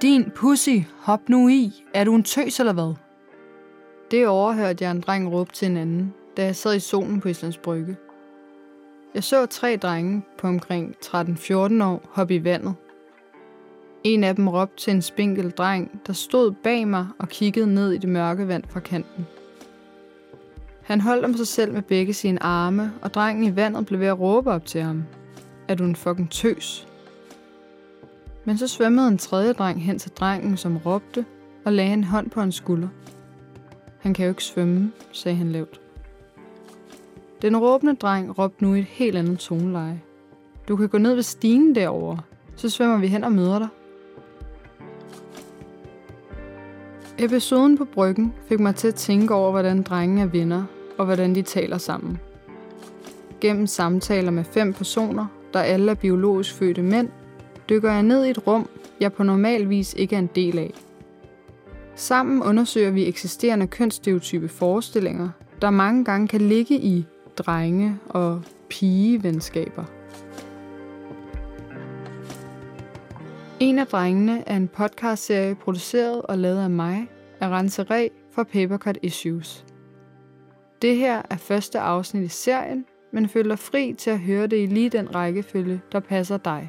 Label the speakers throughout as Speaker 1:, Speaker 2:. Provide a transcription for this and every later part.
Speaker 1: Din pussy, hop nu i. Er du en tøs eller hvad? Det overhørte jeg en dreng råbe til en anden, da jeg sad i solen på Islands Brygge. Jeg så 3 drenge på omkring 13-14 år hoppe i vandet. En af dem råbte til en spinkel dreng, der stod bag mig og kiggede ned i det mørke vand fra kanten. Han holdt om sig selv med begge sine arme, og drengen i vandet blev ved at råbe op til ham. Er du en fucking tøs? Men så svømmede en tredje dreng hen til drengen, som råbte, og lagde en hånd på hans skulder. Han kan jo ikke svømme, sagde han lavt. Den råbende dreng råbte nu i et helt andet toneleje. Du kan gå ned ved stigen derovre, så svømmer vi hen og møder dig. Episoden på bryggen fik mig til at tænke over, hvordan drenge er venner, og hvordan de taler sammen. Gennem samtaler med 5 personer, der alle er biologisk fødte mænd, dykker jeg ned i et rum, jeg på normal vis ikke er en del af. Sammen undersøger vi eksisterende kønsstereotype forestillinger, der mange gange kan ligge i drenge- og pigevenskaber. En af drengene er en podcastserie produceret og lavet af mig, Arantxa Ree for Papercut Issues. Det her er første afsnit i serien, men føl dig fri til at høre det i lige den rækkefølge, der passer dig.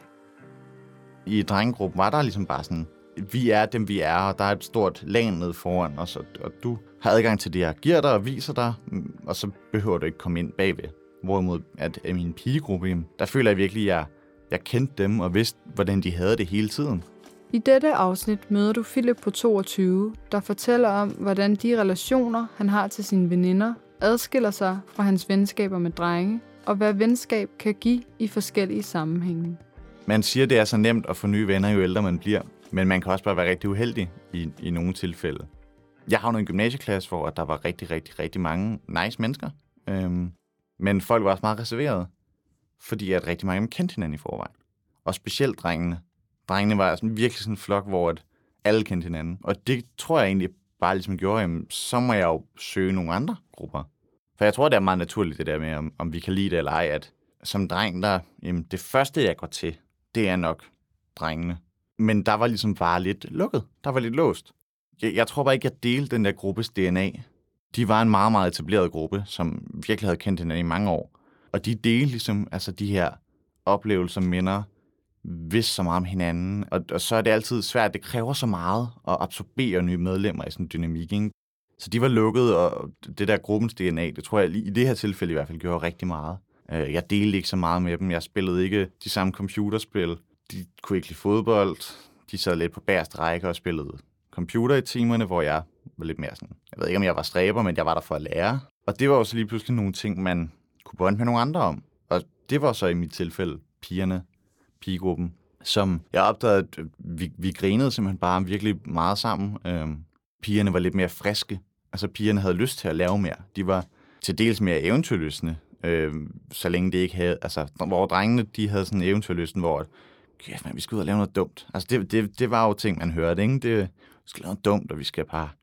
Speaker 2: I drengegruppen var der ligesom bare sådan, vi er dem vi er, og der er et stort lag nede foran os, og du har adgang til det, jeg giver dig og viser dig, og så behøver du ikke komme ind bagved. Hvorimod at i min pigegruppe, der føler jeg virkelig, at jeg kendte dem og vidste, hvordan de havde det hele tiden.
Speaker 1: I dette afsnit møder du Philip på 22, der fortæller om, hvordan de relationer, han har til sine veninder, adskiller sig fra hans venskaber med drenge, og hvad venskab kan give i forskellige sammenhænge.
Speaker 2: Man siger, det er så nemt at få nye venner, jo ældre man bliver, men man kan også bare være rigtig uheldig i nogle tilfælde. Jeg havnede i en gymnasieklasse, hvor der var rigtig mange nice mennesker, men folk var også meget reserverede, fordi at rigtig mange af dem kendte hinanden i forvejen. Og specielt drengene. Drengene var sådan virkelig sådan en flok, hvor at alle kendte hinanden. Og det tror jeg egentlig bare ligesom gjorde, jamen, så må jeg jo søge nogle andre grupper. For jeg tror, det er meget naturligt det der med, om vi kan lide det eller ej, at som dreng, jamen, det første, jeg går til, det er nok drengene. Men der var ligesom bare lidt lukket. Der var lidt låst. Jeg tror bare ikke, jeg delte den der gruppes DNA. De var en meget, meget etableret gruppe, som virkelig havde kendt hinanden i mange år. Og de delte ligesom altså de her oplevelser, minder, vidste så meget om hinanden. Og så er det altid svært. Det kræver så meget at absorbere nye medlemmer i sådan en dynamik, ikke? Så de var lukket, og det der gruppens DNA, det tror jeg i det her tilfælde i hvert fald gjorde rigtig meget. Jeg delte ikke så meget med dem. Jeg spillede ikke de samme computerspil. De kunne ikke lide fodbold. De sad lidt på bagerste række og spillede computer i timerne, hvor jeg var lidt mere sådan, jeg ved ikke, om jeg var stræber, men jeg var der for at lære. Og det var også lige pludselig nogle ting, man kunne bonde med nogle andre om. Og det var så i mit tilfælde pigegruppen, som jeg opdagede, at vi grinede simpelthen bare virkelig meget sammen. Pigerne var lidt mere friske. Altså pigerne havde lyst til at lave mere. De var til dels mere eventyrlystne, så længe det ikke havde, altså hvor drengene, de havde sådan en eventyrlysten, hvor kæft, man, vi skal ud og lave noget dumt. Altså det var jo ting, man hørte, ikke? Vi skal lave noget dumt, og vi skal bare,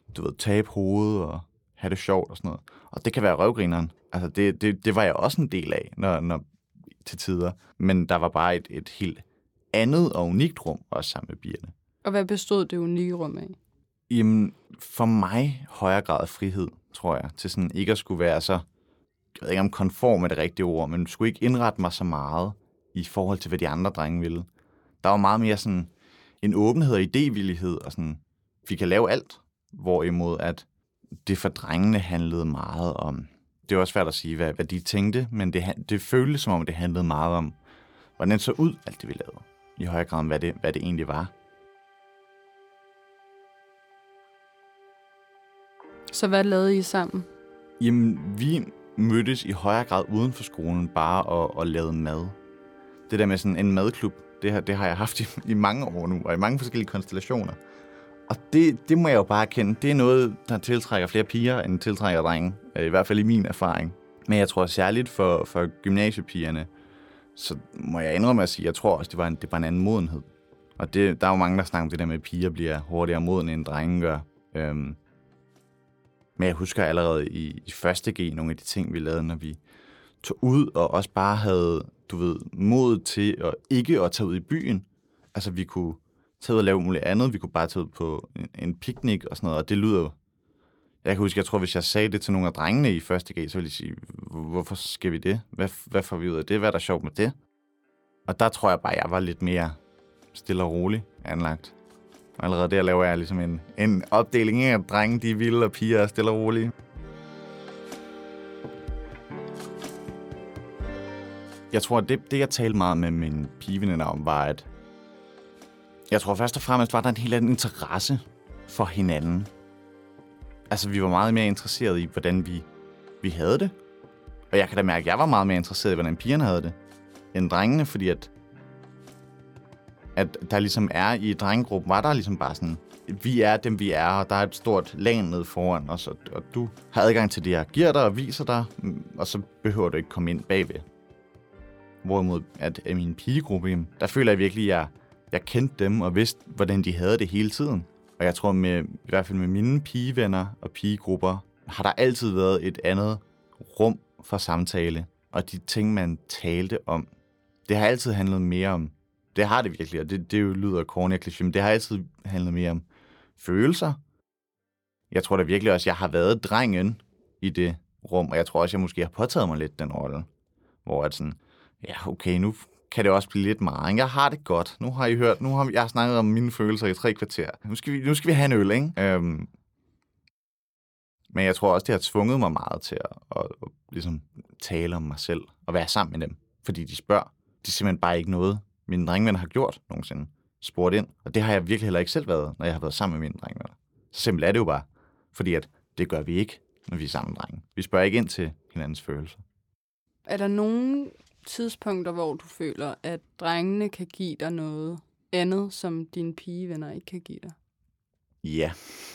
Speaker 2: tabe hovedet og have det sjovt og sådan noget. Og det kan være røvgrineren. Altså det var jeg også en del af, når til tider. Men der var bare et helt andet og unikt rum, også sammen med pigerne.
Speaker 1: Og hvad bestod det unikke rum af?
Speaker 2: Jamen, for mig højere grad af frihed, tror jeg, til sådan ikke at skulle være så, jeg ved ikke om konform er det rigtige ord, men skulle ikke indrette mig så meget i forhold til, hvad de andre drenge ville. Der var meget mere sådan en åbenhed og idévillighed, og sådan, vi kan lave alt, hvorimod at det for drengene handlede meget om, det er også svært at sige, hvad de tænkte, men det føltes som om, det handlede meget om, hvordan det så ud, alt det vi lavede, i højere grad om, hvad det egentlig var.
Speaker 1: Så hvad lavede I sammen?
Speaker 2: Jamen, vi mødtes i højere grad uden for skolen, bare og lavede mad. Det der med sådan en madklub, det har jeg haft i mange år nu, og i mange forskellige konstellationer. Og det må jeg jo bare erkende, det er noget, der tiltrækker flere piger, end tiltrækker drenge. I hvert fald i min erfaring. Men jeg tror særligt for gymnasiepigerne, så må jeg indrømme at sige, jeg tror også, det var en anden modenhed. Og der er jo mange, der snakker om det der med, at piger bliver hurtigere modne, end drenge gør. Men jeg husker allerede i 1.G nogle af de ting, vi lavede, når vi tog ud og også bare havde, mod til ikke at tage ud i byen. Altså vi kunne tage ud og lave muligt andet. Vi kunne bare tage ud på en picnic og sådan noget, og det lyder. Jeg kan huske, jeg tror, hvis jeg sagde det til nogle af drengene i 1. G, så ville de sige, hvorfor skal vi det? Hvad får vi ud af det? Hvad er der sjovt med det? Og der tror jeg bare, jeg var lidt mere stille og rolig anlagt. Og allerede der laver jeg ligesom en opdeling af drenge, de er vilde, og piger er stille og rolige. Jeg tror, at det jeg talte meget med min pigeveninder om, var, at jeg tror først og fremmest, var der en helt anden interesse for hinanden. Altså, vi var meget mere interesseret i, hvordan vi havde det. Og jeg kan da mærke, at jeg var meget mere interesseret i, hvordan pigerne havde det, end drengene, fordi at der ligesom er i drengegruppen, var der ligesom bare sådan, vi er dem, vi er, og der er et stort lag nede foran os, og du har adgang til det, jeg giver dig og viser dig, og så behøver du ikke komme ind bagved. Hvorimod, at i min pigegruppe, der føler jeg virkelig, at jeg kendte dem og vidste, hvordan de havde det hele tiden. Og jeg tror, i hvert fald med mine pigevenner og pigegrupper, har der altid været et andet rum for samtale. Og de ting, man talte om, det har altid handlet mere om, det har det virkelig, og det jo lyder corny og kliché, men det har altid handlet mere om følelser. Jeg tror da virkelig også, at jeg har været drengen i det rum, og jeg tror også, at jeg måske har påtaget mig lidt den rolle. Hvor at sådan, ja okay, nu kan det også blive lidt meget. Jeg har det godt. Nu har I hørt, jeg har snakket om mine følelser i 3 kvarter. Nu skal vi have en øl, ikke? Men jeg tror også, det har tvunget mig meget til at ligesom tale om mig selv og være sammen med dem. Fordi de spørger. Det er simpelthen bare ikke noget, mine drengevenner har gjort nogensinde. Spurgt ind. Og det har jeg virkelig heller ikke selv været, når jeg har været sammen med mine drengevenner. Så simpelt er det jo bare. Fordi at det gør vi ikke, når vi er sammen med drenge. Vi spørger ikke ind til hinandens følelser.
Speaker 1: Er der nogle tidspunkter, hvor du føler, at drengene kan give dig noget andet, som dine pigevenner ikke kan give dig?
Speaker 2: Ja.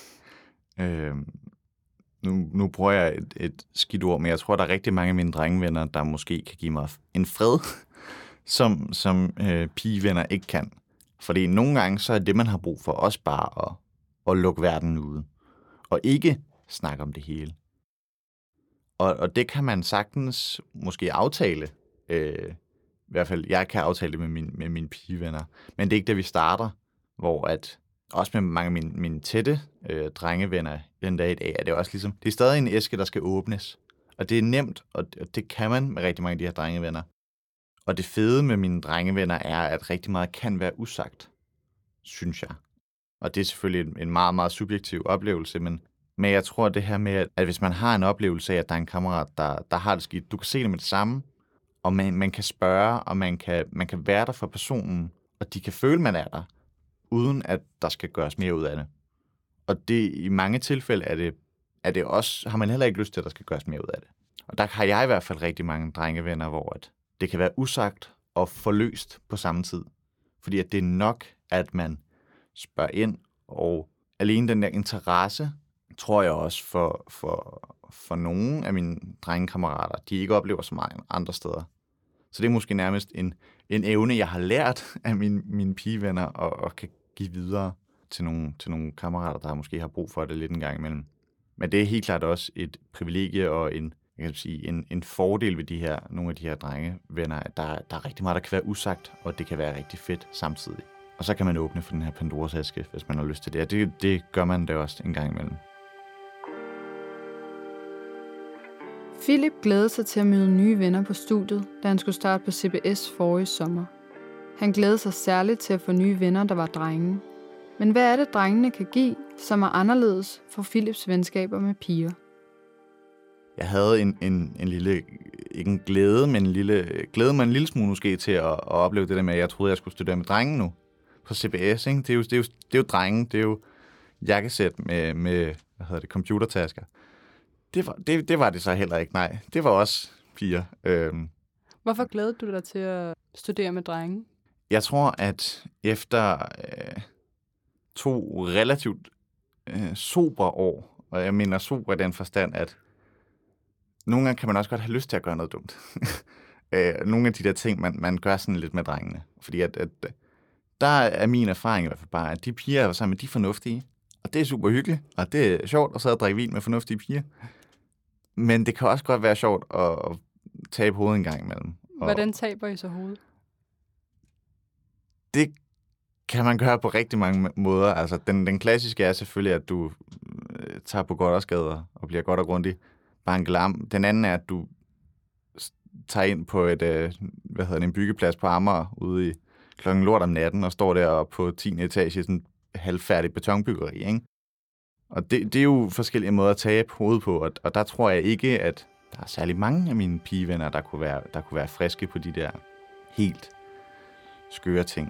Speaker 2: Nu bruger jeg et skidt ord, men jeg tror, der er rigtig mange af mine drengevenner, der måske kan give mig en fred, som pigevenner ikke kan. Fordi nogle gange, så er det, man har brug for, også bare at lukke verden ude. Og ikke snakke om det hele. Og det kan man sagtens måske aftale. I hvert fald, jeg kan aftale det med mine pigevenner. Men det er ikke det, vi starter, hvor at også med mange af mine tætte drengevenner den dag i dag, er det også ligesom, det er stadig en æske, der skal åbnes. Og det er nemt, og det kan man med rigtig mange af de her drengevenner. Og det fede med mine drengevenner er, at rigtig meget kan være usagt, synes jeg. Og det er selvfølgelig en meget, meget subjektiv oplevelse, men jeg tror det her med, at hvis man har en oplevelse af, at der er en kammerat, der har det skidt, du kan se det med det samme, og man kan spørge, og man kan være der for personen, og de kan føle, man er der, uden at der skal gøres mere ud af det. Og det i mange tilfælde er det også, har man heller ikke lyst til, at der skal gøres mere ud af det. Og der har jeg i hvert fald rigtig mange drengevenner, hvor det kan være usagt og forløst på samme tid. Fordi at det er nok, at man spørger ind, og alene den der interesse, tror jeg også for nogle af mine drengekammerater, de ikke oplever så meget andre steder. Så det er måske nærmest en evne, jeg har lært af mine pigevenner, og kan give videre til nogle kammerater, der måske har brug for det lidt en gang imellem. Men det er helt klart også et privilegie og en fordel ved nogle af de her drengevenner, at der er rigtig meget, der kan være usagt, og det kan være rigtig fedt samtidig. Og så kan man åbne for den her Pandoras æske, hvis man har lyst til det. Og det gør man da også en gang imellem.
Speaker 1: Philip glædede sig til at møde nye venner på studiet, da han skulle starte på CBS forrige sommer. Han glædede sig særligt til at få nye venner, der var drenge. Men hvad er det, drengene kan give, som er anderledes for Philips venskaber med piger?
Speaker 2: Jeg havde en lille, ikke en glæde, men glæde mig en lille smule måske til at opleve det der med, at jeg troede, jeg skulle studere med drenge nu på CBS. Ikke? Det er jo drenge, det er jo jakkesæt med computertasker. Det var det så heller ikke, nej. Det var også piger.
Speaker 1: Hvorfor glædede du dig til at studere med drenge?
Speaker 2: Jeg tror, at efter 2 relativt sobre år, og jeg mener sobre i den forstand, at nogle gange kan man også godt have lyst til at gøre noget dumt. Nogle af de der ting, man gør sådan lidt med drengene. Fordi at der er min erfaring i hvert fald bare, at de piger, jeg var sammen med, de er fornuftige. Og det er super hyggeligt, og det er sjovt at sidde og drikke vin med fornuftige piger. Men det kan også godt være sjovt at tabe hovedet en gang imellem.
Speaker 1: Hvordan taber I så hovedet?
Speaker 2: Det kan man gøre på rigtig mange måder. Altså, den klassiske er selvfølgelig, at du tager på Gothersgade og bliver godt og grundigt bankelam. Den anden er, at du tager ind på en byggeplads på Amager ude i klokken lort om natten og står der på 10. etage i sådan en halvfærdig betonbyggeri, ikke? Og det er jo forskellige måder at tage hovedet på, og der tror jeg ikke, at der er særlig mange af mine pigevenner, der kunne være friske på de der helt skøre ting.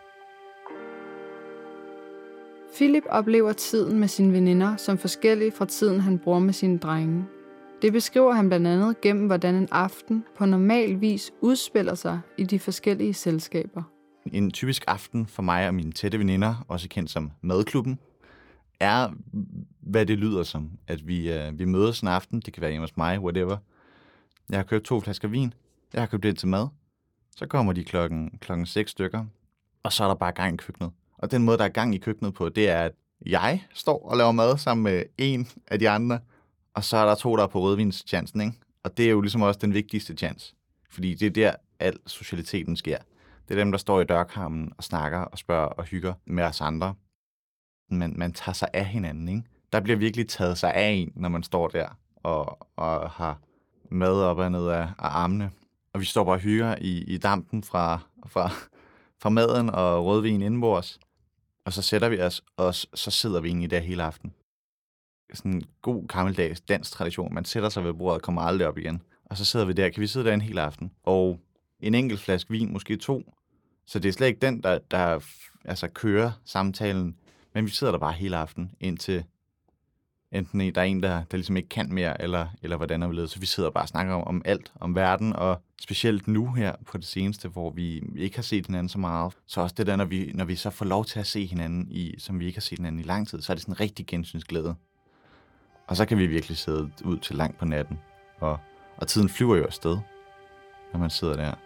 Speaker 1: Philip oplever tiden med sine veninder som forskellig fra tiden, han bruger med sine drenge. Det beskriver han blandt andet gennem, hvordan en aften på normal vis udspiller sig i de forskellige selskaber.
Speaker 2: En typisk aften for mig og mine tætte veninder, også kendt som madklubben, er, hvad det lyder som, at vi mødes en aften. Det kan være hjemme hos mig, whatever. Jeg har købt 2 flasker vin. Jeg har købt det til mad. Så kommer de klokken 6 stykker, og så er der bare gang i køkkenet. Og den måde, der er gang i køkkenet på, det er, at jeg står og laver mad sammen med en af de andre, og så er der 2, der er på rødvinschancen, ikke? Og det er jo ligesom også den vigtigste chance, fordi det er der, al socialiteten sker. Det er dem, der står i dørkarmen og snakker og spørger og hygger med os andre. Man tager sig af hinanden, ikke? Der bliver virkelig taget sig af en, når man står der og har mad op og ned af armene. Og vi står bare og hygger i dampen fra maden og rødvin indenbords. Og så sætter vi os, og så sidder vi egentlig der hele aften. Sådan en god gammeldags dansk tradition. Man sætter sig ved bordet og kommer aldrig op igen. Og så sidder vi der. Kan vi sidde der en hel aften? Og en enkelt flaske vin, måske 2. Så det er slet ikke den, der kører samtalen. Men vi sidder der bare hele aften, indtil enten der er en, der ligesom ikke kan mere, eller hvordan er vi ledet. Så vi sidder bare og snakker om alt, om verden, og specielt nu her på det seneste, hvor vi ikke har set hinanden så meget. Så også det der, når vi så får lov til at se hinanden, som vi ikke har set hinanden i lang tid, så er det sådan en rigtig gensynsglæde. Og så kan vi virkelig sidde ud til langt på natten. Og tiden flyver jo afsted, når man sidder der.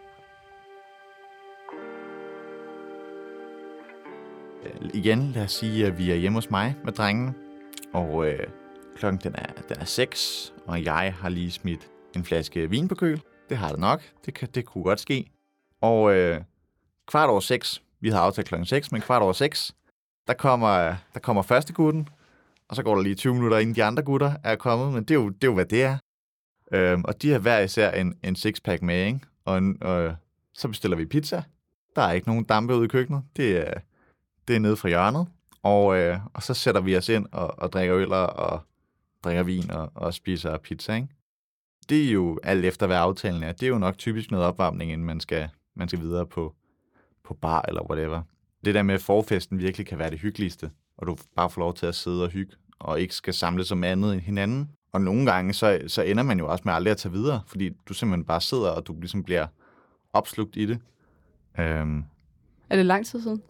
Speaker 2: Igen, lad os sige, at vi er hjemme hos mig med drengene. Og klokken den er 6, og jeg har lige smidt en flaske vin på køl. Det har det nok. Det kunne godt ske. Og 6:15, vi havde aftalt klokken 6, men 6:15, der kommer første gutten. Og så går der lige 20 minutter, inden de andre gutter er kommet. Men det er jo hvad det er. Og de har hver især en sixpack med, ikke? Og så bestiller vi pizza. Der er ikke nogen dampe ude i køkkenet. Det er nede fra hjørnet. Og så sætter vi os ind og drikker øl og drikker vin og spiser pizza, ikke? Det er jo alt efter, hvad aftalen er. Det er jo nok typisk noget opvarmning, inden man skal videre på bar eller whatever. Det der med, at forfesten virkelig kan være det hyggeligste, og du bare får lov til at sidde og hygge, og ikke skal samles om andet end hinanden. Og nogle gange, så ender man jo også med aldrig at tage videre, fordi du simpelthen bare sidder, og du ligesom bliver opslugt i det.
Speaker 1: Er det lang tid siden?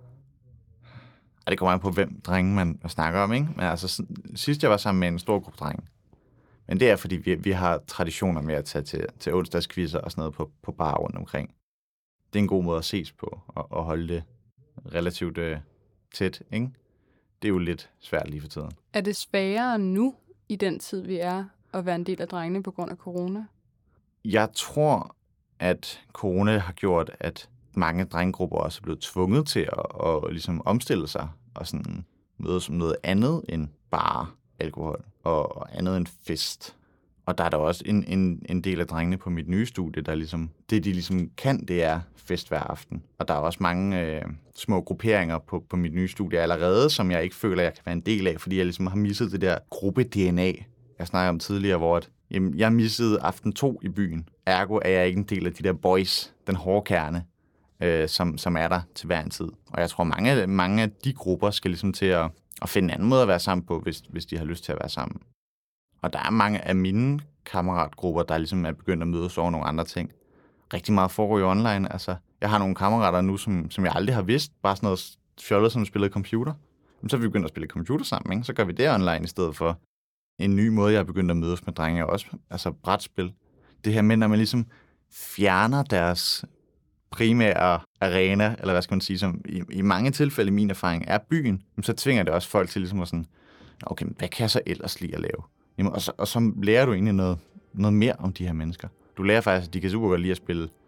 Speaker 2: Og det kommer an på, hvem drenge man snakker om, ikke? Men altså, sidst jeg var sammen med en stor gruppe drenge. Men det er, fordi vi har traditioner med at tage til onsdagskvisser og sådan noget på bar rundt omkring. Det er en god måde at ses på, og holde det relativt tæt, ikke? Det er jo lidt svært lige for tiden.
Speaker 1: Er det sværere nu, i den tid vi er, at være en del af drengene på grund af corona?
Speaker 2: Jeg tror, at corona har gjort, at mange drengegrupper også er blevet tvunget til at ligesom omstille sig og sådan møde som noget andet end bare alkohol og andet end fest. Og der er der også en del af drengene på mit nye studie, der ligesom, det de ligesom kan, det er fest hver aften. Og der er også mange små grupperinger på mit nye studie allerede, som jeg ikke føler, jeg kan være en del af, fordi jeg ligesom har misset det der gruppe-DNA, jeg snakkede om tidligere, hvor jeg missede aften 2 i byen. Ergo er jeg ikke en del af de der boys, den hårde kerne, som er der til hver en tid. Og jeg tror, mange af de grupper skal ligesom til at finde en anden måde at være sammen på, hvis de har lyst til at være sammen. Og der er mange af mine kammeratgrupper, der ligesom er begyndt at mødes over nogle andre ting. Rigtig meget foregår jo online. Altså, jeg har nogle kammerater nu, som jeg aldrig har vidst, bare sådan noget fjollet, som spillede computer. Men så er vi begyndt at spille computer sammen, ikke? Så gør vi det online i stedet for. En ny måde, jeg er begyndt at mødes med drenge, er også altså brætspil. Det her med, når man ligesom fjerner deres primære arena, eller hvad skal man sige, som i mange tilfælde, min erfaring, er byen, så tvinger det også folk til ligesom at sådan, okay, hvad kan jeg så ellers lide at lave? Jamen, og så lærer du egentlig noget mere om de her mennesker. Du lærer faktisk, at de kan super godt lide at spille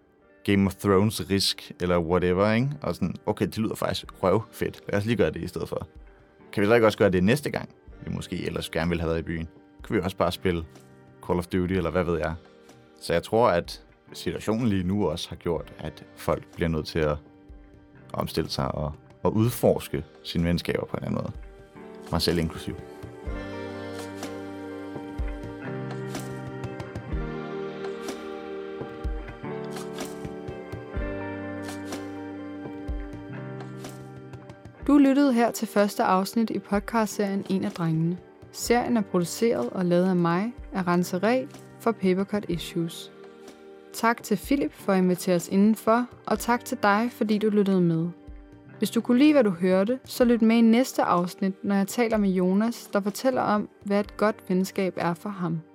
Speaker 2: Game of Thrones risk, eller whatever, ikke? Og sådan, okay, det lyder faktisk røvfedt. Lad os lige gøre det i stedet for. Kan vi så ikke også gøre det næste gang, vi måske ellers gerne ville have været i byen? Kan vi også bare spille Call of Duty, eller hvad ved jeg? Så jeg tror, at situationen lige nu også har gjort, at folk bliver nødt til at omstille sig og udforske sine venskaber på en anden måde. Mig selv inklusiv.
Speaker 1: Du lyttede her til første afsnit i podcastserien En af drengene. Serien er produceret og lavet af mig, Arantxa Ree, for Papercut Issues. Tak til Philip for at invitere os indenfor, og tak til dig, fordi du lyttede med. Hvis du kunne lide, hvad du hørte, så lyt med i næste afsnit, når jeg taler med Jonas, der fortæller om, hvad et godt venskab er for ham.